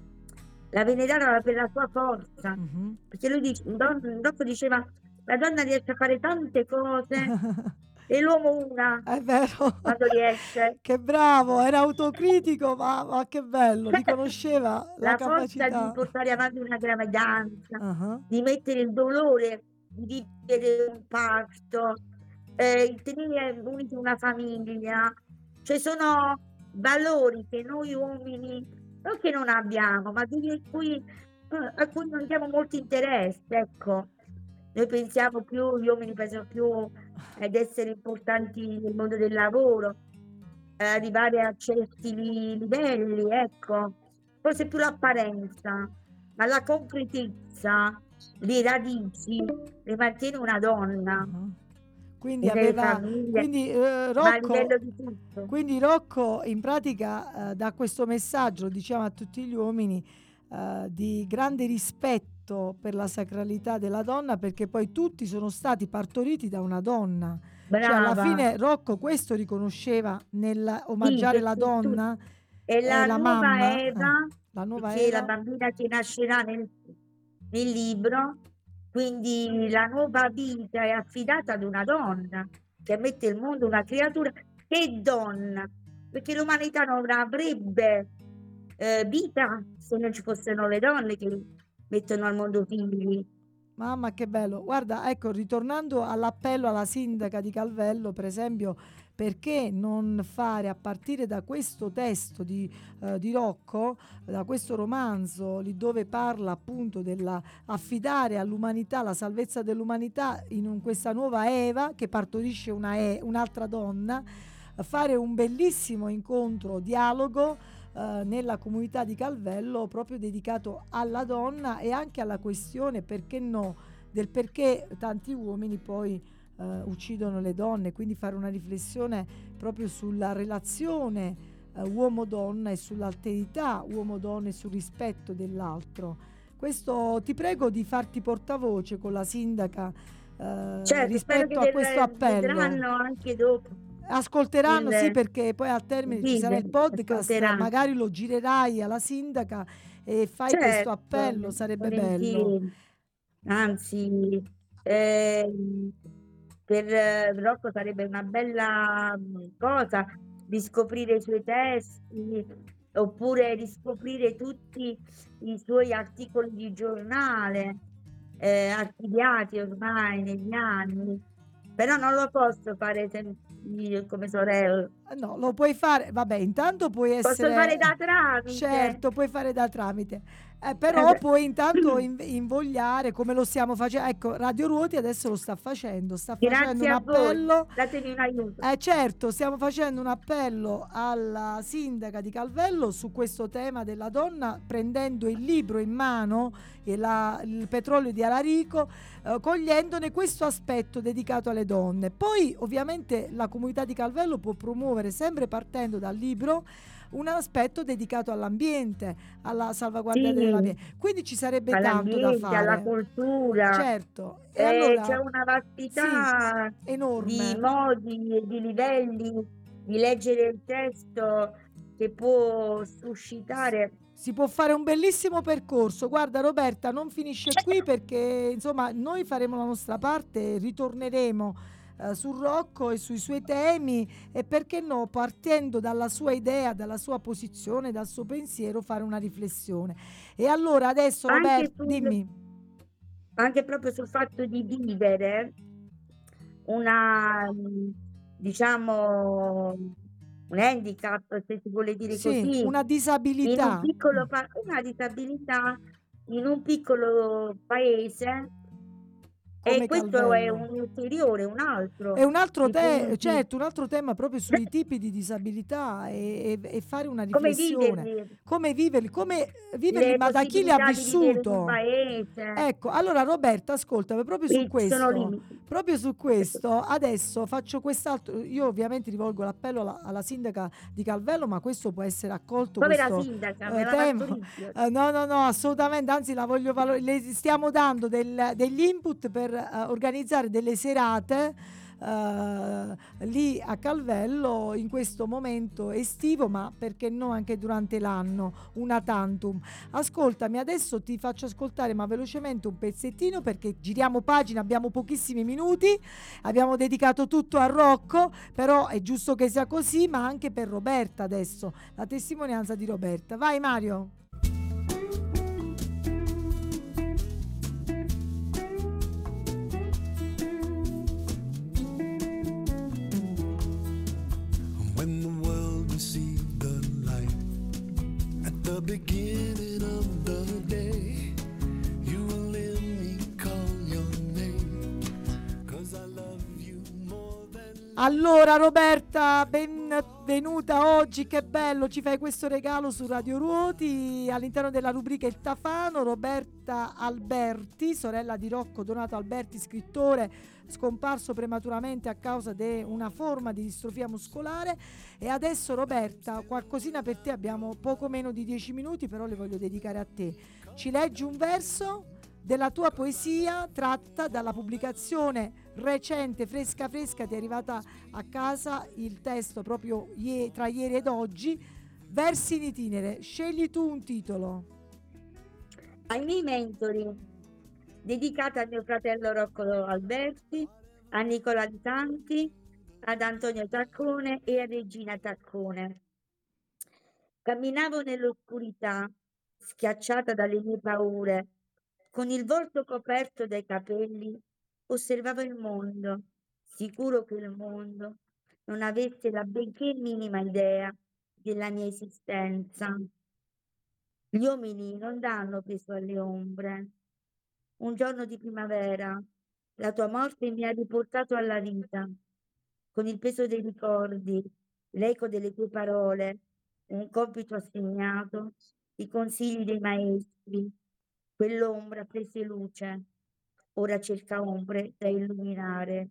la venerava per la sua forza, mhm. perché lui dice, don- dopo diceva, la donna riesce a fare tante cose e l'uomo una, È vero, quando riesce. che bravo, era autocritico, ma, ma che bello, riconosceva la La forza di capacità. portare avanti una gravidanza, Ah, di mettere il dolore, di vivere un parto, eh, di tenere unita una famiglia, cioè sono valori che noi uomini non che non abbiamo, ma di cui, eh, a cui non diamo molto interesse, ecco. Noi pensiamo più, gli uomini pensano più ad essere importanti nel mondo del lavoro, eh, arrivare a certi li- livelli, ecco, forse più l'apparenza, ma la concretezza, le radici le mantiene una donna. ah. quindi nelle aveva famiglie, quindi eh, ma a Rocco livello di tutto. quindi Rocco in pratica eh, dà questo messaggio, diciamo a tutti gli uomini, eh, di grande rispetto per la sacralità della donna, perché poi tutti sono stati partoriti da una donna. Cioè alla Brava, fine Rocco questo riconosceva nel sì, omaggiare la perché tu donna, è è la la nuova mamma, eh, Eva, la nuova perché la Eva. bambina che nascerà nel, nel libro, quindi la nuova vita è affidata ad una donna che mette al mondo una creatura che è donna, perché l'umanità non avrebbe eh, vita se non ci fossero le donne che mettono al mondo figli. Mamma che bello. Guarda, ecco, ritornando all'appello alla sindaca di Calvello, per esempio, perché non fare a partire da questo testo di, eh, di Rocco, da questo romanzo, lì dove parla appunto della affidare all'umanità, la salvezza dell'umanità in un- questa nuova Eva che partorisce una E- un'altra donna, fare un bellissimo incontro, dialogo eh, nella comunità di Calvello proprio dedicato alla donna e anche alla questione, perché no, del perché tanti uomini poi eh, uccidono le donne, quindi fare una riflessione proprio sulla relazione eh, uomo-donna e sull'alterità uomo-donna e sul rispetto dell'altro. Questo ti prego di farti portavoce con la sindaca eh, Certo, spero che rispetto a questo ver- appello. vedranno anche dopo Ascolteranno, sì, il perché poi al termine ci sì, sarà il podcast, ascolteranno. magari lo girerai alla sindaca e fai questo Certo, appello, sarebbe bello. volentieri. Anzi, ehm, per eh, Rocco sarebbe una bella mm, cosa riscoprire i suoi testi oppure riscoprire tutti i suoi articoli di giornale eh, archiviati ormai negli anni. Però non lo posso fare sen- io come sorella. Eh, No, lo puoi fare, vabbè, intanto puoi Posso fare da essere, tramite. certo, puoi fare da tramite, eh, però puoi intanto in- invogliare come lo stiamo facendo. Ecco, Radio Ruoti adesso lo sta facendo, sta facendo Grazie un a voi, appello. datemi un aiuto. Eh certo, stiamo facendo un appello alla sindaca di Calvello su questo tema della donna, prendendo il libro in mano, e la- il petrolio di Alarico, eh, cogliendone questo aspetto dedicato alle donne. Poi ovviamente la comunità di Calvello può promuovere, sempre partendo dal libro, un aspetto dedicato all'ambiente, alla salvaguardia Sì, dell'ambiente. Quindi ci sarebbe tanto da all'ambiente, alla fare. cultura. Certo. E Eh, c'è allora, una sì, vastità di enorme. modi e di livelli di leggere il testo che può suscitare. Si può fare un bellissimo percorso. Guarda Roberta, non finisce qui perché insomma noi faremo la nostra parte, ritorneremo eh, su Rocco e sui suoi temi e perché no, partendo dalla sua idea, dalla sua posizione, dal suo pensiero, fare una riflessione. E allora adesso Anche, Roberta, sul, dimmi. anche proprio sul fatto di vivere una, mm, diciamo, un handicap, se si vuole dire Sì, così, una in un disabilità. piccolo, pa- una disabilità in un piccolo paese e Come questo è Calvello. un ulteriore, un È altro un altro dei te punti. certo, un altro tema proprio sui tipi di disabilità e, e- e fare una Come riflessione. viverli, Come viverli, come viverli, le ma da chi li ha possibilità di vivere in un vissuto? paese, Ecco, allora Roberta, ascoltami, proprio su qui ci sono questo, limiti. proprio su questo, adesso faccio quest'altro, io ovviamente rivolgo l'appello alla, alla sindaca di Calvello, ma questo può essere accolto, Povera questo sindaca, eh, me la tema. martorizzo. Eh, no, no, no, assolutamente, anzi la voglio valorizzare, le stiamo dando del- degli input per eh, organizzare delle serate eh, lì a Calvello in questo momento estivo, ma perché no anche durante l'anno, una tantum. Ascoltami, adesso ti faccio ascoltare ma velocemente un pezzettino perché giriamo pagina, abbiamo pochissimi minuti, abbiamo dedicato tutto a Rocco, però è giusto che sia così, ma anche per Roberta adesso, la testimonianza di Roberta. Vai Mario. When the world received the light at the beginning of the day, you will let me call your name, 'cause I love you more than Allora Roberta, ben venuta oggi, che bello, ci fai questo regalo su Radio Ruoti all'interno della rubrica Il Tafano. Roberta Alberti, sorella di Rocco Donato Alberti, scrittore scomparso prematuramente a causa di una forma di distrofia muscolare. E adesso, Roberta, qualcosina per te, abbiamo poco meno di dieci minuti, però le voglio dedicare a te. Ci leggi un verso della tua poesia tratta dalla pubblicazione recente, fresca fresca, ti è arrivata a casa il testo proprio ie- tra ieri ed oggi, Versi in itinere. Scegli tu un titolo. Ai miei mentori, dedicata a mio fratello Rocco Alberti, a Nicola Di Santi, ad Antonio Taccone e a Regina Taccone. Camminavo nell'oscurità, schiacciata dalle mie paure, con il volto coperto dai capelli, osservavo il mondo, sicuro che il mondo non avesse la benché minima idea della mia esistenza. Gli uomini non danno peso alle ombre. Un giorno di primavera, la tua morte mi ha riportato alla vita, con il peso dei ricordi, l'eco delle tue parole, un compito assegnato, i consigli dei maestri. Quell'ombra prese luce, ora cerca ombre da illuminare.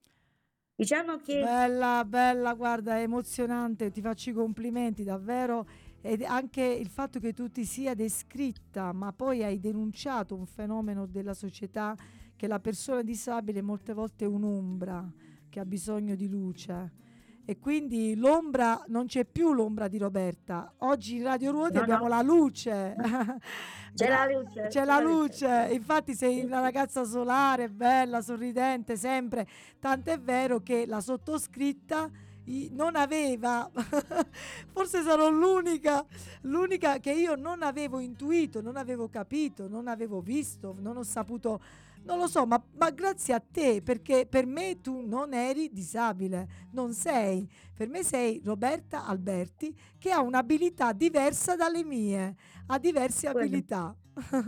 Diciamo che Bella, bella, guarda, è emozionante, ti faccio i complimenti davvero. Ed anche il fatto che tu ti sia descritta, ma poi hai denunciato un fenomeno della società, che la persona disabile molte volte è un'ombra che ha bisogno di luce. E quindi l'ombra, non c'è più l'ombra di Roberta. Oggi in Radio Ruoti no, abbiamo no, la luce. c'è la Gra- luce, c'è c'è la la luce. luce. Infatti sei una ragazza solare, bella, sorridente, sempre. Tant'è vero che la sottoscritta i- non aveva, forse sarò l'unica, l'unica che io non avevo intuito, non avevo capito, non avevo visto, non ho saputo, non lo so, ma, ma grazie a te, perché per me tu non eri disabile, non sei, per me sei Roberta Alberti, che ha un'abilità diversa dalle mie, ha diverse Quello. abilità.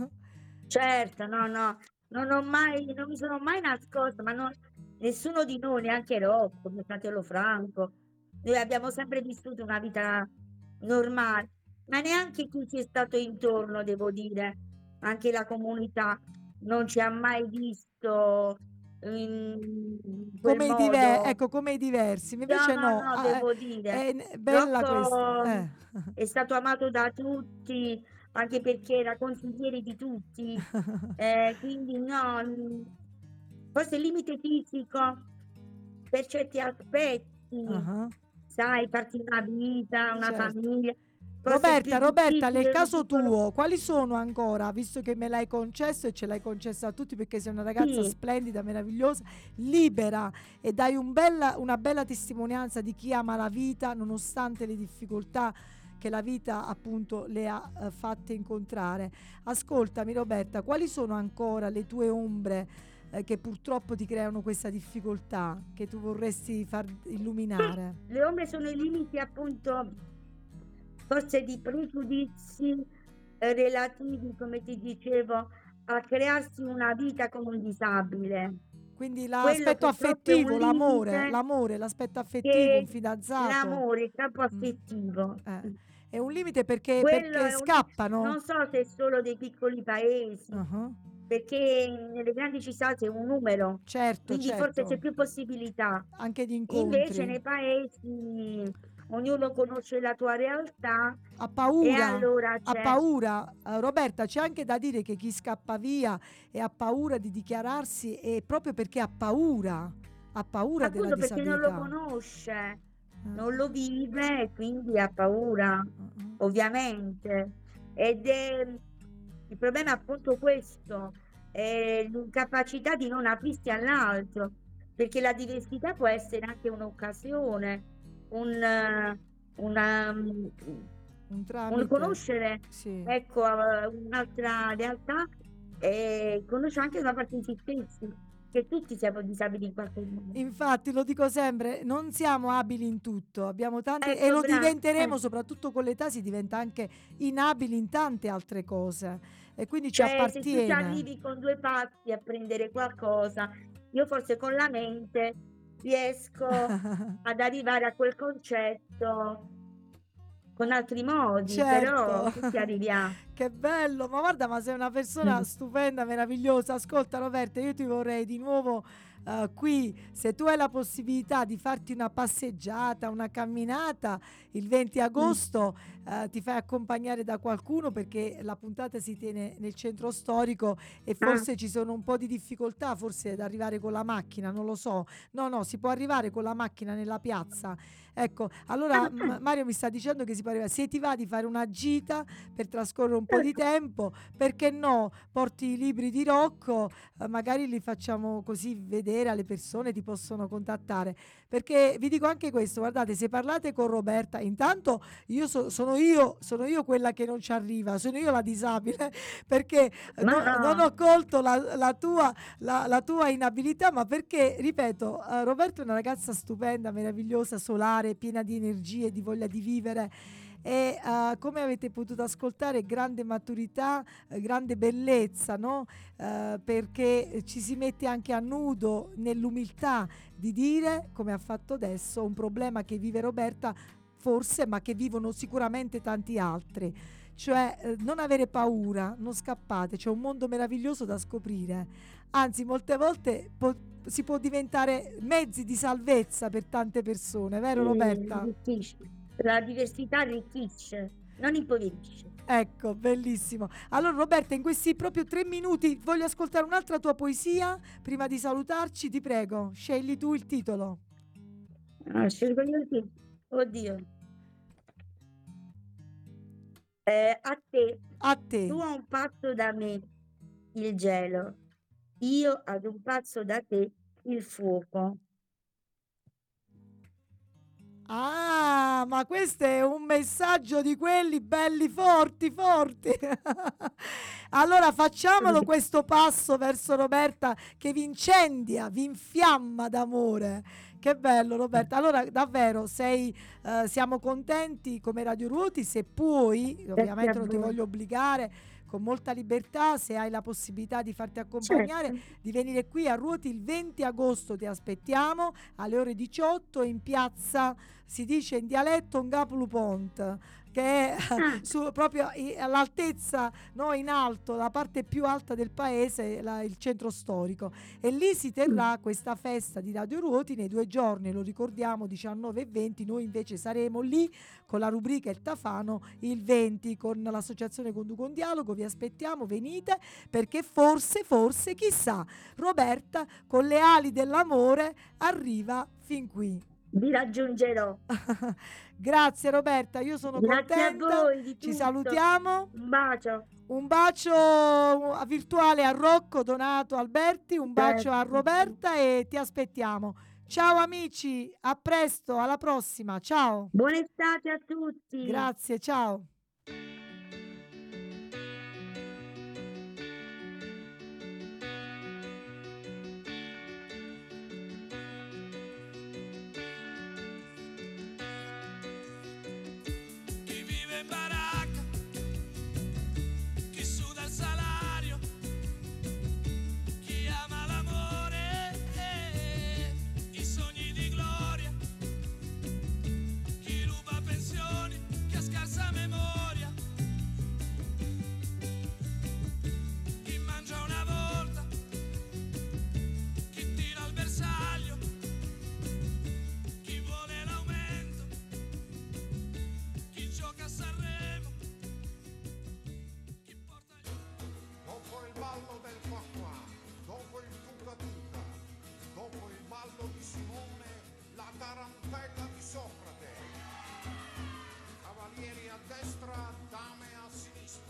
Certo, no, no, non ho mai, non mi sono mai nascosta, ma no- nessuno di noi, neanche Rocco, mio fratello Franco, noi abbiamo sempre vissuto una vita normale, ma neanche chi ci è stato intorno, devo dire, anche la comunità non ci ha mai visto in quel Come i diver- modo. ecco, come i diversi, No, invece no, no, no, ah, devo è, dire, è bella questa. Rocco Eh. è stato amato da tutti, anche perché era consigliere di tutti, eh, quindi no, mm, forse il limite fisico per certi aspetti, Ah, sai, farti una vita, una certo. famiglia, forse è Roberta, più Roberta, nel difficile un caso piccolo... tuo, quali sono ancora, visto che me l'hai concesso e ce l'hai concesso a tutti perché sei una ragazza Sì, splendida, meravigliosa, libera e dai un bella- una bella testimonianza di chi ama la vita nonostante le difficoltà che la vita appunto le ha eh, fatte incontrare. Ascoltami Roberta, quali sono ancora le tue ombre eh, che purtroppo ti creano questa difficoltà che tu vorresti far illuminare? le ombre sono i limiti appunto forse di pregiudizi eh, relativi, come ti dicevo, a crearsi una vita con un disabile. Quindi Quello l'aspetto purtroppo è un affettivo, l'amore, limite l'amore, l'aspetto affettivo, un che fidanzato. l'amore, il campo Mm, affettivo. eh, È un limite perché, Quello perché è un limite, scappano. non so se è solo dei piccoli paesi, Ah, perché nelle grandi città c'è un numero, certo, quindi forse c'è certo, più possibilità. anche di Invece incontri. nei paesi ognuno conosce la tua realtà Ha e paura, allora ha c'è, paura. Eh, Roberta, c'è anche da dire che chi scappa via e ha paura di dichiararsi è proprio perché ha paura, ha paura della appunto perché non lo disabilità. conosce, Eh, non lo vive e quindi ha paura, eh, eh. ovviamente. Ed è il problema è appunto questo, è l'incapacità di non aprirsi all'altro, perché la diversità può essere anche un'occasione, un, eh, una, mm, Un un tramite, conoscere, sì. ecco, eh, un'altra realtà e conoscere anche una parte di se stessi, che tutti siamo disabili in qualche modo. Infatti, lo dico sempre, non siamo abili in tutto, abbiamo tante e Ecco, lo bravo. diventeremo, soprattutto con l'età si diventa anche inabili in tante altre cose e quindi ci Cioè, se tu ci appartiene. arrivi con due passi a prendere qualcosa, io forse con la mente riesco ad arrivare a quel concetto con altri modi, però Certo, tutti arriviamo. che bello, ma guarda, ma sei una persona stupenda, meravigliosa. Ascolta Roberta, io ti vorrei di nuovo eh, qui, se tu hai la possibilità di farti una passeggiata, una camminata il venti agosto, eh, ti fai accompagnare da qualcuno perché la puntata si tiene nel centro storico e Ah, forse ci sono un po' di difficoltà, forse ad arrivare con la macchina, non lo so. No, no, si può arrivare con la macchina nella piazza. Ecco, allora ah, M- Mario mi sta dicendo che si può arrivare. Se ti va di fare una gita per trascorrere un po' di tempo, perché no? Porti i libri di Rocco, eh, magari li facciamo così vedere alle persone, ti possono contattare. Perché vi dico anche questo, guardate, se parlate con Roberta, intanto io so- sono io, sono io quella che non ci arriva, sono io la disabile, perché eh, ma no- non no, ho colto la, la tua, la, la tua inabilità, ma perché, ripeto, eh, Roberta è una ragazza stupenda, meravigliosa, solare, piena di energie, di voglia di vivere e eh, come avete potuto ascoltare grande maturità, eh, grande bellezza, no? Eh, perché ci si mette anche a nudo nell'umiltà di dire, come ha fatto adesso, un problema che vive Roberta forse, ma che vivono sicuramente tanti altri. Cioè eh, non avere paura, non scappate, c'è un mondo meraviglioso da scoprire. Anzi, molte volte po- si può diventare mezzi di salvezza per tante persone, vero eh, Roberta? arricchisce. La diversità arricchisce, non impoverisce. Ecco, bellissimo. Allora Roberta, in questi proprio tre minuti voglio ascoltare un'altra tua poesia. Prima di salutarci, ti prego, scegli tu il titolo. Ah, scelgo io il titolo. Oddio. Eh, a te, A te. tu a un passo da me, il gelo, io ad un passo da te, il fuoco. Ah, ma questo è un messaggio di quelli belli forti, forti. Allora facciamolo questo passo verso Roberta che vi incendia, vi infiamma d'amore. Che bello Roberta. Allora davvero sei, eh, siamo contenti come Radio Ruoti, se puoi, Grazie a ovviamente non ti voi. voglio obbligare, con molta libertà, se hai la possibilità di farti accompagnare, Certo. di venire qui a Ruoti il venti agosto, ti aspettiamo alle ore diciotto in piazza, si dice in dialetto Ngapulu Pont, che è Ah, su, proprio i- all'altezza, no, in alto, la parte più alta del paese, la- il centro storico. E lì si terrà questa festa di Radio Ruoti nei due giorni, lo ricordiamo, diciannove e venti. Noi invece saremo lì con la rubrica Il Tafano il venti con l'associazione Conduco un Dialogo. Vi aspettiamo, venite, perché forse, forse, chissà, Roberta con le ali dell'amore arriva fin qui. vi raggiungerò. Grazie Roberta, io sono Grazie a contenta. voi di Ci tutto. salutiamo. Un bacio. Un bacio virtuale a Rocco Donato Alberti, un bacio a Certo. Roberta e ti aspettiamo. Ciao amici, a presto, alla prossima. Ciao. Buona estate a tutti. Grazie, ciao. Chi vive in baracca, chi suda il salario, chi ama l'amore, eh, i sogni di gloria, chi ruba pensioni, chi ha scarsa memoria, chi mangia una volta, chi tira al bersaglio, chi vuole l'aumento, chi gioca a Sanremo, chi porta gli... Dopo il ballo del qua qua, dopo il tuca tuca, dopo il ballo di Simone, la tarantella di Socrate. Cavalieri a destra, dame a sinistra.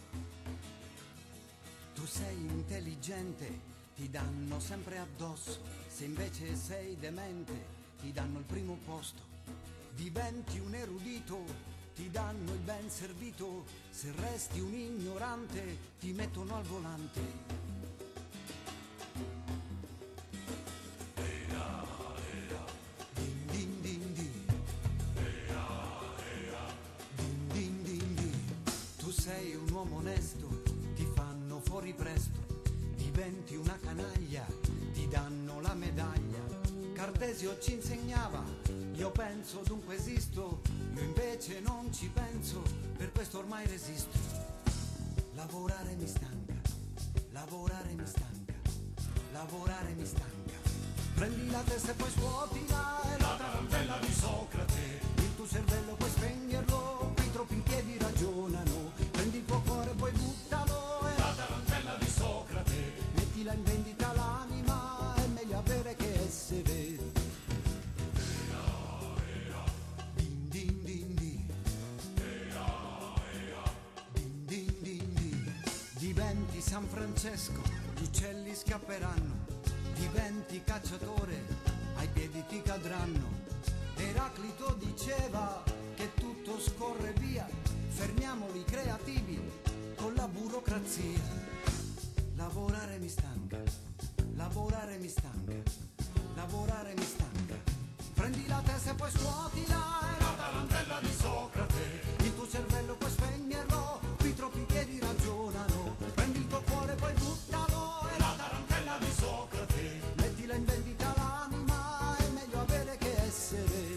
Tu sei intelligente, ti danno sempre addosso. Se invece sei demente, ti danno il primo posto. Diventi un erudito, ti danno il ben servito. Se resti un ignorante, ti mettono al volante. Din din din din. Din din din din. Tu sei un uomo onesto, ti fanno fuori presto, diventi una canaglia, ti danno la medaglia. Cartesio ci insegnava, io penso dunque esisto, io invece non ci penso, per questo ormai resisto. Lavorare mi stanca, lavorare mi stanca, lavorare mi stanca. Prendi la testa e poi scuotila, è la tarantella di Socrate. Il tuo cervello puoi spegnerlo, qui troppi in piedi ragionano. Prendi il tuo cuore e poi buttalo, è la tarantella di Socrate. Mettila in vendita l'anima, è meglio avere che essere. Din din din din. Din din din din. Diventi San Francesco, gli uccelli scapperanno. Diventi cacciatore, ai piedi ti cadranno. Eraclito diceva che tutto scorre via, fermiamoli creativi con la burocrazia. Lavorare mi stanca, lavorare mi stanca, lavorare mi stanca. Prendi la testa e poi scuotila, è la tarantella di Socrate. Il tuo cervello puoi spegnerlo, qui troppi piedi ragionano. Prendi il tuo cuore e poi buttalo, è la tarantella di Socrate. Mettila in vendita l'anima, è meglio avere che essere.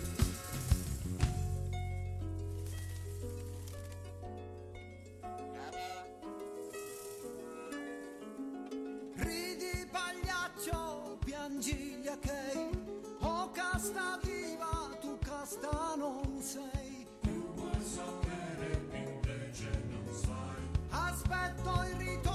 Ridi pagliaccio, piangi gli achei, oh casta diva, tu casta non sei. Tu vuoi sapere, invece non sai. Aspetto il ritorno